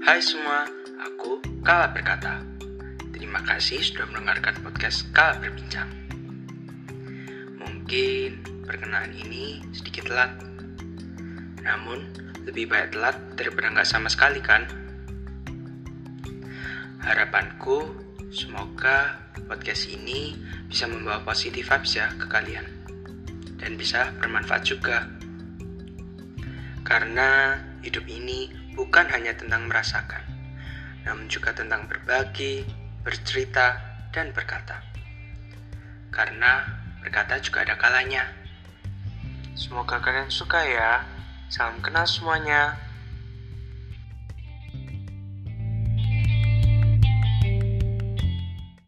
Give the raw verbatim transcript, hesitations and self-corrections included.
Hai semua, aku Kala Berkata. Terima kasih sudah mendengarkan podcast Kala Berbincang. Mungkin perkenalan ini sedikit telat, namun lebih baik telat daripada nggak sama sekali kan? Harapanku semoga podcast ini bisa membawa positif vibes ya ke kalian, dan bisa bermanfaat juga. Karena hidup ini bukan hanya tentang merasakan, namun juga tentang berbagi, bercerita, dan berkata. Karena berkata juga ada kalanya. Semoga kalian suka ya. Salam kenal semuanya.